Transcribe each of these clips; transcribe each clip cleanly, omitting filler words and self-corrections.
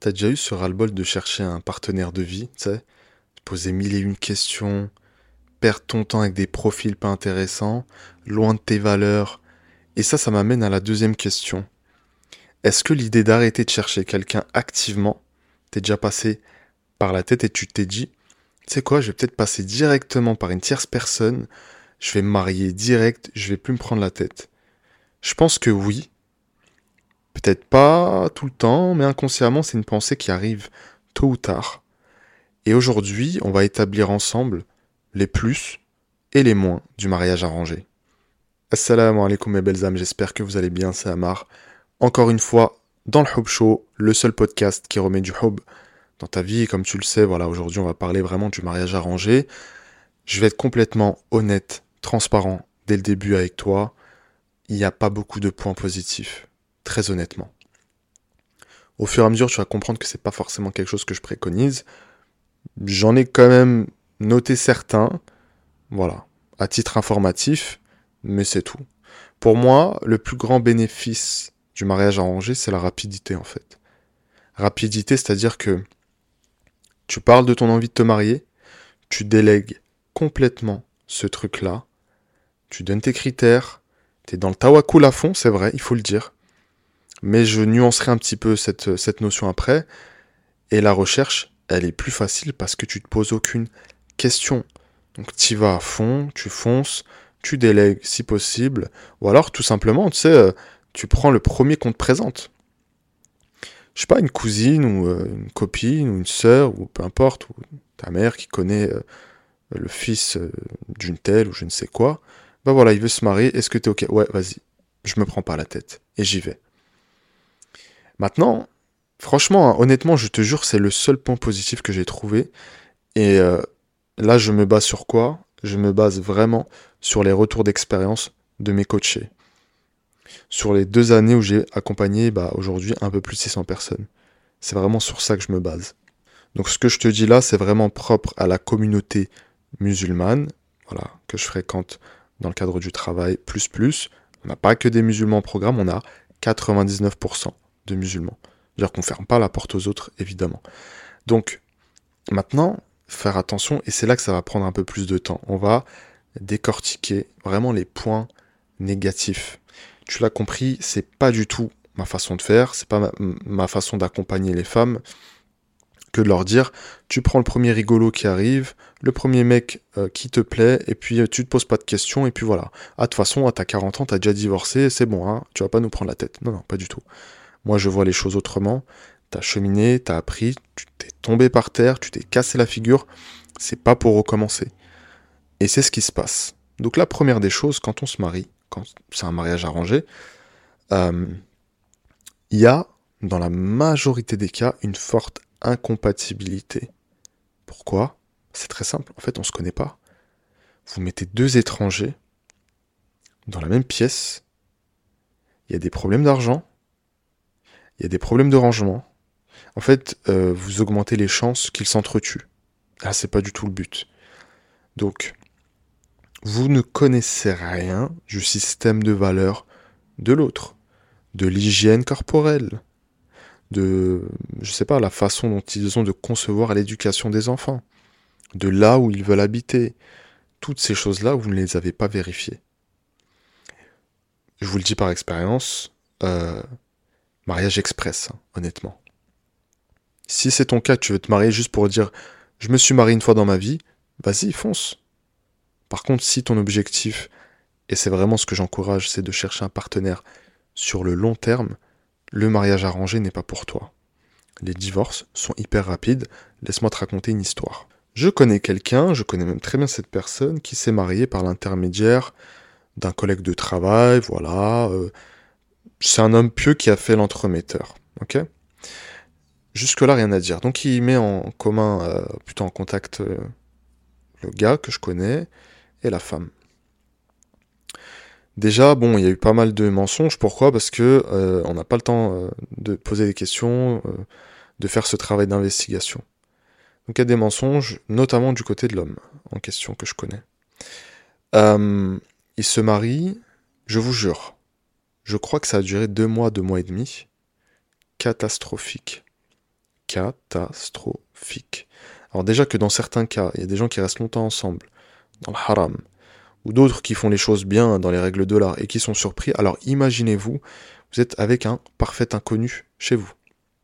T'as déjà eu ce ras-le-bol de chercher un partenaire de vie, tu sais? Te poser mille et une questions, perdre ton temps avec des profils pas intéressants, loin de tes valeurs. Et ça m'amène à la deuxième question. Est-ce que l'idée d'arrêter de chercher quelqu'un activement t'est déjà passé par la tête et tu t'es dit, tu sais quoi, je vais peut-être passer directement par une tierce personne, je vais me marier direct, je vais plus me prendre la tête. Je pense que oui, peut-être pas tout le temps, mais inconsciemment, c'est une pensée qui arrive tôt ou tard. Et aujourd'hui, on va établir ensemble les plus et les moins du mariage arrangé. Assalamu alaikum mes belles âmes, j'espère que vous allez bien, c'est Amar. Encore une fois, dans le Hub Show, le seul podcast qui remet du hub dans ta vie. Et comme tu le sais, voilà, aujourd'hui on va parler vraiment du mariage arrangé. Je vais être complètement honnête, transparent dès le début avec toi. Il n'y a pas beaucoup de points positifs, très honnêtement. Au fur et à mesure, tu vas comprendre que c'est pas forcément quelque chose que je préconise. J'en ai quand même noté certains, voilà, à titre informatif, mais c'est tout. Pour moi, le plus grand bénéfice du mariage arrangé, c'est la rapidité en fait. Rapidité, c'est-à-dire que tu parles de ton envie de te marier, tu délègues complètement ce truc-là, tu donnes tes critères, t'es dans le tawakkul à fond, c'est vrai, il faut le dire. Mais je nuancerai un petit peu cette notion après, et la recherche, elle est plus facile parce que tu te poses aucune question. Donc tu vas à fond, tu fonces, tu délègues si possible, ou alors tout simplement, tu sais, tu prends le premier qu'on te présente. Je sais pas, une cousine ou une copine ou une sœur ou peu importe, ou ta mère qui connaît le fils d'une telle ou je ne sais quoi. Bah voilà, il veut se marier, est-ce que t'es ok? Ouais, vas-y, je me prends pas la tête et j'y vais. Maintenant, franchement, hein, honnêtement, je te jure, c'est le seul point positif que j'ai trouvé. Et là, je me base sur quoi? Je me base vraiment sur les retours d'expérience de mes coachés. Sur les 2 années où j'ai accompagné aujourd'hui un peu plus de 600 personnes. C'est vraiment sur ça que je me base. Donc ce que je te dis là, c'est vraiment propre à la communauté musulmane, voilà, que je fréquente dans le cadre du travail, plus. On n'a pas que des musulmans au programme, on a 99% de musulmans. C'est-à-dire qu'on ne ferme pas la porte aux autres, évidemment. Donc, maintenant, faire attention, et c'est là que ça va prendre un peu plus de temps. On va décortiquer vraiment les points négatifs. Tu l'as compris, c'est pas du tout ma façon de faire, c'est pas ma façon d'accompagner les femmes que de leur dire, tu prends le premier rigolo qui arrive, le premier mec qui te plaît, et puis tu te poses pas de questions, et puis voilà. Ah, de toute façon, à t'as 40 ans, t'as déjà divorcé, c'est bon, hein, tu vas pas nous prendre la tête. Non, non, pas du tout. Moi, je vois les choses autrement. T'as cheminé, t'as appris, tu t'es tombé par terre, tu t'es cassé la figure. C'est pas pour recommencer. Et c'est ce qui se passe. Donc la première des choses, quand on se marie, quand c'est un mariage arrangé, euh, il y a, dans la majorité des cas, une forte incompatibilité. Pourquoi? C'est très simple. En fait, on se connaît pas. Vous mettez deux étrangers dans la même pièce. Il y a des problèmes d'argent. Il y a des problèmes de rangement. En fait, vous augmentez les chances qu'ils s'entretuent. Ah, c'est pas du tout le but. Donc, vous ne connaissez rien du système de valeurs de l'autre, de l'hygiène corporelle, de, je sais pas, la façon dont ils ont de concevoir l'éducation des enfants, de là où ils veulent habiter. Toutes ces choses-là, vous ne les avez pas vérifiées. Je vous le dis par expérience, mariage express, hein, honnêtement. Si c'est ton cas, tu veux te marier juste pour dire je me suis marié une fois dans ma vie, vas-y, fonce. Par contre, si ton objectif, et c'est vraiment ce que j'encourage, c'est de chercher un partenaire sur le long terme, le mariage arrangé n'est pas pour toi. Les divorces sont hyper rapides, laisse-moi te raconter une histoire. Je connais quelqu'un, je connais même très bien cette personne, qui s'est mariée par l'intermédiaire d'un collègue de travail, voilà. C'est un homme pieux qui a fait l'entremetteur, ok? Jusque-là, rien à dire. Donc il met en commun, plutôt en contact, le gars que je connais et la femme. Déjà, bon, il y a eu pas mal de mensonges. Pourquoi? Parce que on n'a pas le temps de poser des questions, de faire ce travail d'investigation. Donc il y a des mensonges, notamment du côté de l'homme en question que je connais. Il se marie, je vous jure, je crois que ça a duré 2 mois et demi. Catastrophique. catastrophique. Alors déjà que dans certains cas, il y a des gens qui restent longtemps ensemble, dans le haram, ou d'autres qui font les choses bien dans les règles de l'art et qui sont surpris, alors imaginez-vous, vous êtes avec un parfait inconnu chez vous.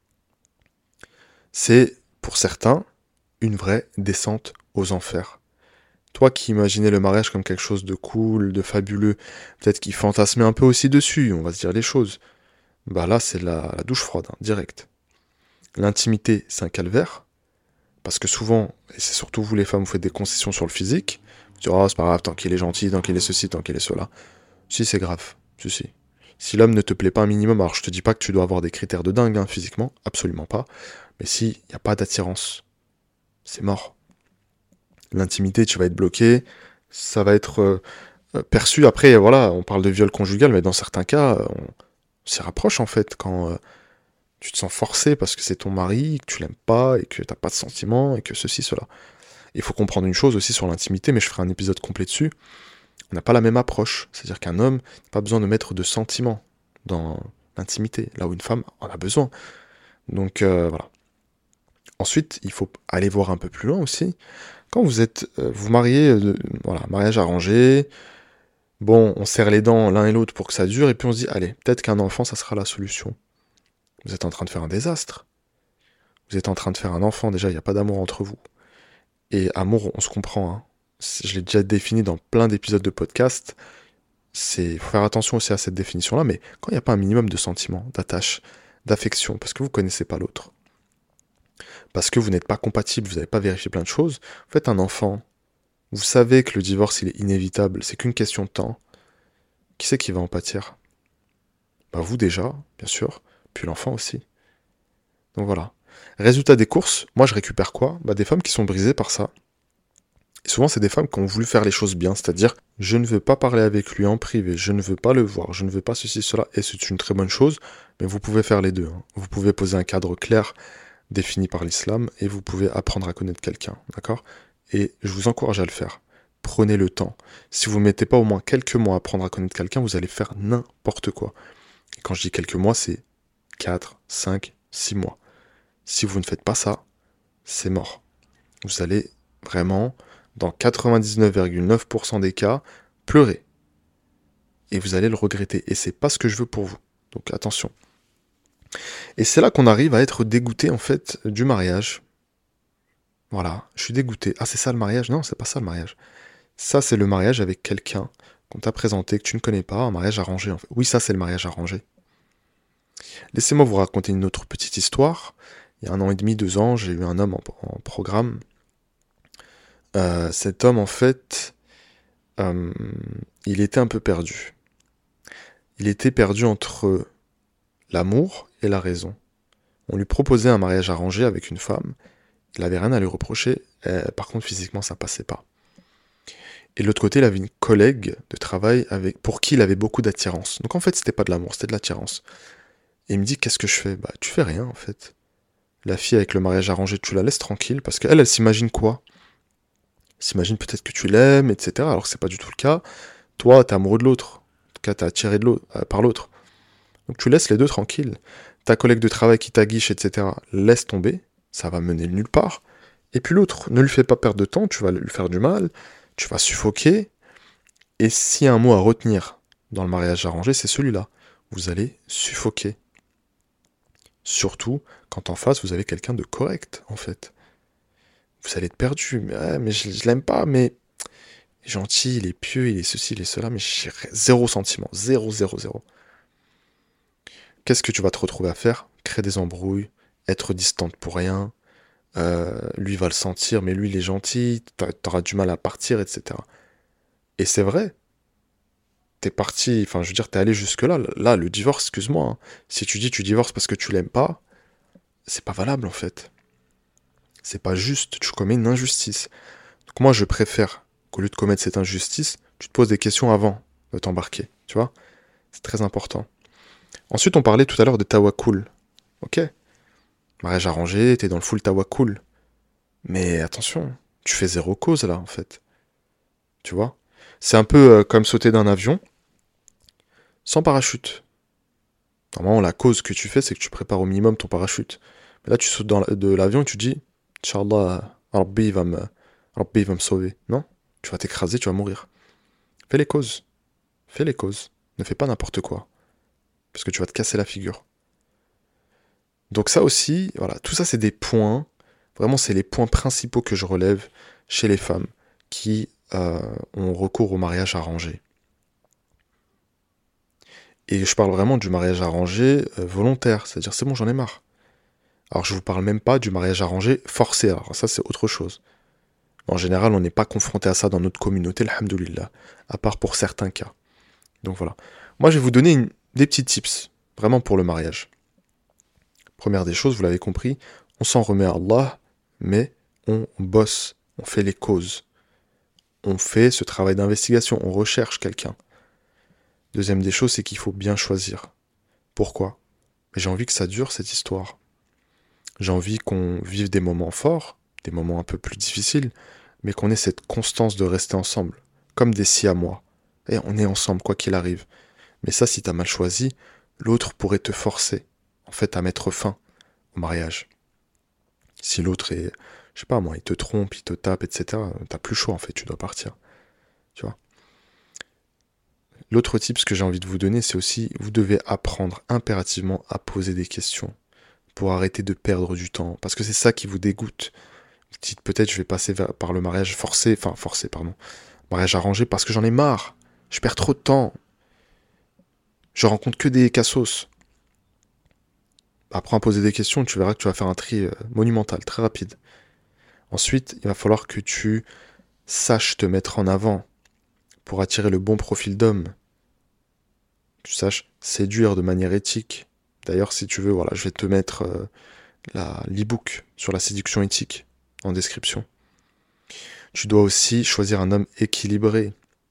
C'est, pour certains, une vraie descente aux enfers. Toi qui imaginais le mariage comme quelque chose de cool, de fabuleux, peut-être qui fantasmait un peu aussi dessus, on va se dire les choses, bah là c'est la douche froide, hein, direct. L'intimité, c'est un calvaire, parce que souvent, et c'est surtout vous les femmes, vous faites des concessions sur le physique, vous dites, oh c'est pas grave, tant qu'il est gentil, tant qu'il est ceci, tant qu'il est cela. Si, c'est grave, si. Si l'homme ne te plaît pas un minimum, alors je te dis pas que tu dois avoir des critères de dingue, hein, physiquement, absolument pas, mais s'il n'y a pas d'attirance, c'est mort. L'intimité, tu vas être bloqué, ça va être perçu. Après, voilà, on parle de viol conjugal, mais dans certains cas, on s'y rapproche en fait, quand tu te sens forcé parce que c'est ton mari, que tu l'aimes pas, et que t'as pas de sentiments, et que ceci, cela. Il faut comprendre une chose aussi sur l'intimité, mais je ferai un épisode complet dessus. On n'a pas la même approche. C'est-à-dire qu'un homme n'a pas besoin de mettre de sentiments dans l'intimité, là où une femme en a besoin. Donc voilà. Ensuite, il faut aller voir un peu plus loin aussi. Quand vous êtes, vous mariez, voilà, mariage arrangé, bon, on serre les dents l'un et l'autre pour que ça dure, et puis on se dit, allez, peut-être qu'un enfant, ça sera la solution. Vous êtes en train de faire un désastre. Vous êtes en train de faire un enfant, déjà, il n'y a pas d'amour entre vous. Et amour, on se comprend, hein. Je l'ai déjà défini dans plein d'épisodes de podcast. Faut faire attention aussi à cette définition-là, mais quand il n'y a pas un minimum de sentiments, d'attache, d'affection, parce que vous ne connaissez pas l'autre, parce que vous n'êtes pas compatible, vous n'avez pas vérifié plein de choses, vous faites un enfant, vous savez que le divorce il est inévitable, c'est qu'une question de temps. Qui c'est qui va en pâtir? Bah vous déjà, bien sûr, puis l'enfant aussi. Donc voilà. Résultat des courses, moi je récupère quoi? Bah des femmes qui sont brisées par ça. Et souvent c'est des femmes qui ont voulu faire les choses bien, c'est-à-dire je ne veux pas parler avec lui en privé, je ne veux pas le voir, je ne veux pas ceci, cela, et c'est une très bonne chose, mais vous pouvez faire les deux, hein. Vous pouvez poser un cadre clair défini par l'islam, et vous pouvez apprendre à connaître quelqu'un, d'accord? Et je vous encourage à le faire. Prenez le temps. Si vous ne mettez pas au moins quelques mois à apprendre à connaître quelqu'un, vous allez faire n'importe quoi. Et quand je dis quelques mois, c'est 4, 5, 6 mois. Si vous ne faites pas ça, c'est mort. Vous allez vraiment, dans 99,9% des cas, pleurer. Et vous allez le regretter. Et c'est pas ce que je veux pour vous. Donc attention. Et c'est là qu'on arrive à être dégoûté, en fait, du mariage. Voilà, je suis dégoûté. Ah, c'est ça le mariage? Non, c'est pas ça le mariage. Ça, c'est le mariage avec quelqu'un qu'on t'a présenté, que tu ne connais pas, un mariage arrangé, en fait. Oui, ça, c'est le mariage arrangé. Laissez-moi vous raconter une autre petite histoire. Il y a 1 an et demi, 2 ans, j'ai eu un homme en programme. Cet homme, en fait, il était un peu perdu. Il était perdu entre l'amour et la raison. On lui proposait un mariage arrangé avec une femme. Il n'avait rien à lui reprocher. Par contre, physiquement, ça passait pas. Et de l'autre côté, il avait une collègue de travail pour qui il avait beaucoup d'attirance. Donc en fait, c'était pas de l'amour, c'était de l'attirance. Et il me dit, qu'est-ce que je fais? Bah, tu fais rien, en fait. La fille avec le mariage arrangé, tu la laisses tranquille, parce qu'elle, elle s'imagine quoi? Elle s'imagine peut-être que tu l'aimes, etc. Alors que c'est pas du tout le cas. Toi, t'es amoureux de l'autre. En tout cas, t'es attiré par l'autre. Donc tu laisses les deux tranquilles. Ta collègue de travail qui t'aguiche, etc. Laisse tomber. Ça va mener nulle part. Et puis l'autre, ne lui fais pas perdre de temps, tu vas lui faire du mal, tu vas suffoquer. Et s'il y a un mot à retenir dans le mariage arrangé, c'est celui-là. Vous allez suffoquer. Surtout quand en face, vous avez quelqu'un de correct, en fait. Vous allez être perdu. Mais je l'aime pas, mais il est gentil, il est pieux, il est ceci, il est cela, mais j'ai zéro sentiment. Zéro, zéro, zéro. Qu'est-ce que tu vas te retrouver à faire? Créer des embrouilles, être distante pour rien. Lui va le sentir, mais lui il est gentil, t'auras du mal à partir, etc. Et c'est vrai, t'es parti, enfin je veux dire, t'es allé jusque-là. Là, le divorce, excuse-moi, hein. Si tu dis tu divorces parce que tu l'aimes pas, c'est pas valable en fait. C'est pas juste, tu commets une injustice. Donc moi je préfère qu'au lieu de commettre cette injustice, tu te poses des questions avant de t'embarquer, tu vois? C'est très important. Ensuite on parlait tout à l'heure de tawakkul, ok? Mariage arrangé, t'es dans le full tawakkul. Mais attention, tu fais zéro cause là en fait. Tu vois? C'est un peu comme sauter d'un avion sans parachute. Normalement, la cause que tu fais, c'est que tu prépares au minimum ton parachute. Et là, tu sautes de l'avion et tu dis, Inch'Allah, Rabbi, il va me sauver. Non, tu vas t'écraser, tu vas mourir. Fais les causes. Fais les causes. Ne fais pas n'importe quoi. Parce que tu vas te casser la figure. Donc ça aussi, voilà, tout ça c'est des points, vraiment c'est les points principaux que je relève chez les femmes qui ont recours au mariage arrangé. Et je parle vraiment du mariage arrangé volontaire, c'est-à-dire c'est bon, j'en ai marre. Alors je vous parle même pas du mariage arrangé forcé, alors ça c'est autre chose. En général, on n'est pas confronté à ça dans notre communauté, alhamdoulilah, à part pour certains cas. Donc voilà. Moi je vais vous donner des petits tips, vraiment pour le mariage. Première des choses, vous l'avez compris, on s'en remet à Allah, mais on bosse, on fait les causes. On fait ce travail d'investigation, on recherche quelqu'un. Deuxième des choses, c'est qu'il faut bien choisir. Pourquoi ? Mais j'ai envie que ça dure, cette histoire. J'ai envie qu'on vive des moments forts, des moments un peu plus difficiles, mais qu'on ait cette constance de rester ensemble, comme des siamois. Et on est ensemble, quoi qu'il arrive. Mais ça, si t'as mal choisi, l'autre pourrait te forcer, en fait, à mettre fin au mariage. Si l'autre est, je sais pas moi, il te trompe, il te tape, etc., t'as plus le choix, en fait, tu dois partir. Tu vois ? L'autre type, ce que j'ai envie de vous donner, c'est aussi, vous devez apprendre impérativement à poser des questions pour arrêter de perdre du temps, parce que c'est ça qui vous dégoûte. Vous dites peut-être je vais passer par le mariage mariage arrangé parce que j'en ai marre, je perds trop de temps, je rencontre que des cassos. Apprends à poser des questions, tu verras que tu vas faire un tri monumental, très rapide. Ensuite, il va falloir que tu saches te mettre en avant pour attirer le bon profil d'homme. Tu saches séduire de manière éthique. D'ailleurs, si tu veux, voilà, je vais te mettre l'e-book sur la séduction éthique en description. Tu dois aussi choisir un homme équilibré.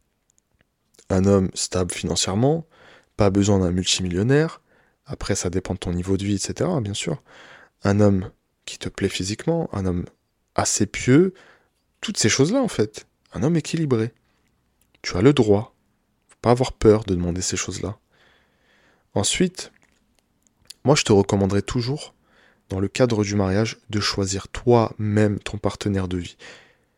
Un homme stable financièrement, pas besoin d'un multimillionnaire. Après, ça dépend de ton niveau de vie, etc., bien sûr. Un homme qui te plaît physiquement, un homme assez pieux, toutes ces choses-là, en fait. Un homme équilibré. Tu as le droit. Faut pas avoir peur de demander ces choses-là. Ensuite, moi, je te recommanderais toujours, dans le cadre du mariage, de choisir toi-même ton partenaire de vie. Pourquoi ?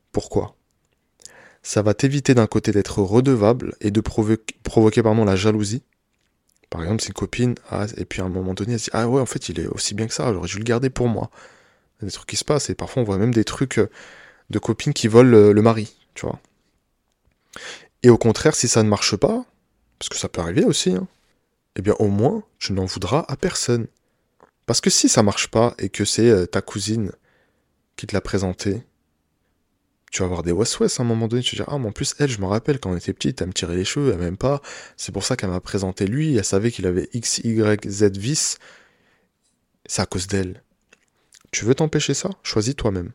Ça va t'éviter d'un côté d'être redevable et de provoquer la jalousie. Par exemple, si une copine, et puis à un moment donné, elle se dit « Ah ouais, en fait, il est aussi bien que ça, j'aurais dû le garder pour moi. » Il y a des trucs qui se passent, et parfois on voit même des trucs de copines qui volent le mari, tu vois. Et au contraire, si ça ne marche pas, parce que ça peut arriver aussi, eh bien au moins, tu n'en voudras à personne. Parce que si ça marche pas, et que c'est ta cousine qui te l'a présenté, tu vas avoir des west-west à un moment donné, tu vas dire « Ah, mais en plus, elle, je me rappelle, quand on était petite, elle me tirait les cheveux, elle m'aime pas, c'est pour ça qu'elle m'a présenté lui, elle savait qu'il avait X, Y, Z vices, c'est à cause d'elle. » Tu veux t'empêcher ça ? Choisis toi-même.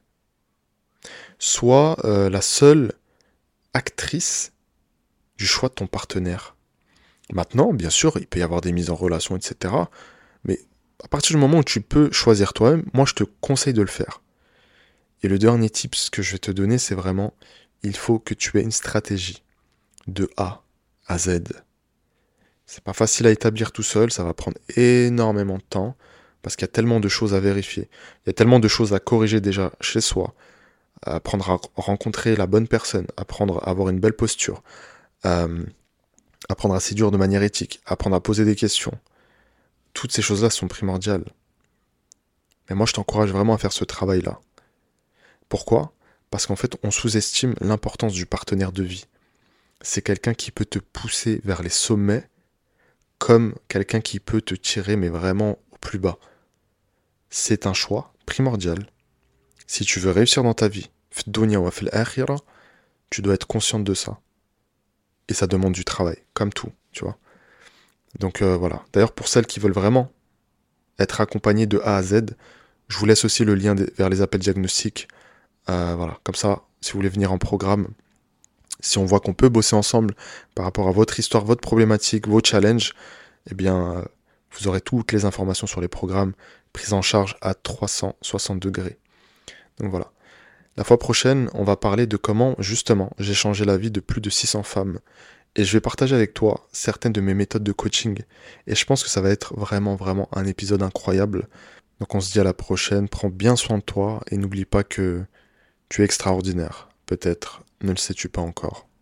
Sois la seule actrice du choix de ton partenaire. Maintenant, bien sûr, il peut y avoir des mises en relation, etc. Mais à partir du moment où tu peux choisir toi-même, moi, je te conseille de le faire. Et le dernier tip que je vais te donner, c'est vraiment, il faut que tu aies une stratégie de A à Z. C'est pas facile à établir tout seul, ça va prendre énormément de temps, parce qu'il y a tellement de choses à vérifier. Il y a tellement de choses à corriger déjà chez soi, apprendre à rencontrer la bonne personne, apprendre à avoir une belle posture, apprendre à séduire de manière éthique, apprendre à poser des questions. Toutes ces choses-là sont primordiales. Mais moi, je t'encourage vraiment à faire ce travail-là. Pourquoi ? Parce qu'en fait, on sous-estime l'importance du partenaire de vie. C'est quelqu'un qui peut te pousser vers les sommets, comme quelqu'un qui peut te tirer, mais vraiment au plus bas. C'est un choix primordial. Si tu veux réussir dans ta vie, tu dois être consciente de ça. Et ça demande du travail, comme tout, tu vois. Donc voilà. D'ailleurs, pour celles qui veulent vraiment être accompagnées de A à Z, je vous laisse aussi le lien vers les appels diagnostiques. Voilà, comme ça, si vous voulez venir en programme, si on voit qu'on peut bosser ensemble par rapport à votre histoire, votre problématique, vos challenges, eh bien, vous aurez toutes les informations sur les programmes pris en charge à 360 degrés. Donc voilà. La fois prochaine, on va parler de comment, justement, j'ai changé la vie de plus de 600 femmes. Et je vais partager avec toi certaines de mes méthodes de coaching. Et je pense que ça va être vraiment, vraiment un épisode incroyable. Donc on se dit à la prochaine, prends bien soin de toi et n'oublie pas que tu es extraordinaire. Peut-être ne le sais-tu pas encore.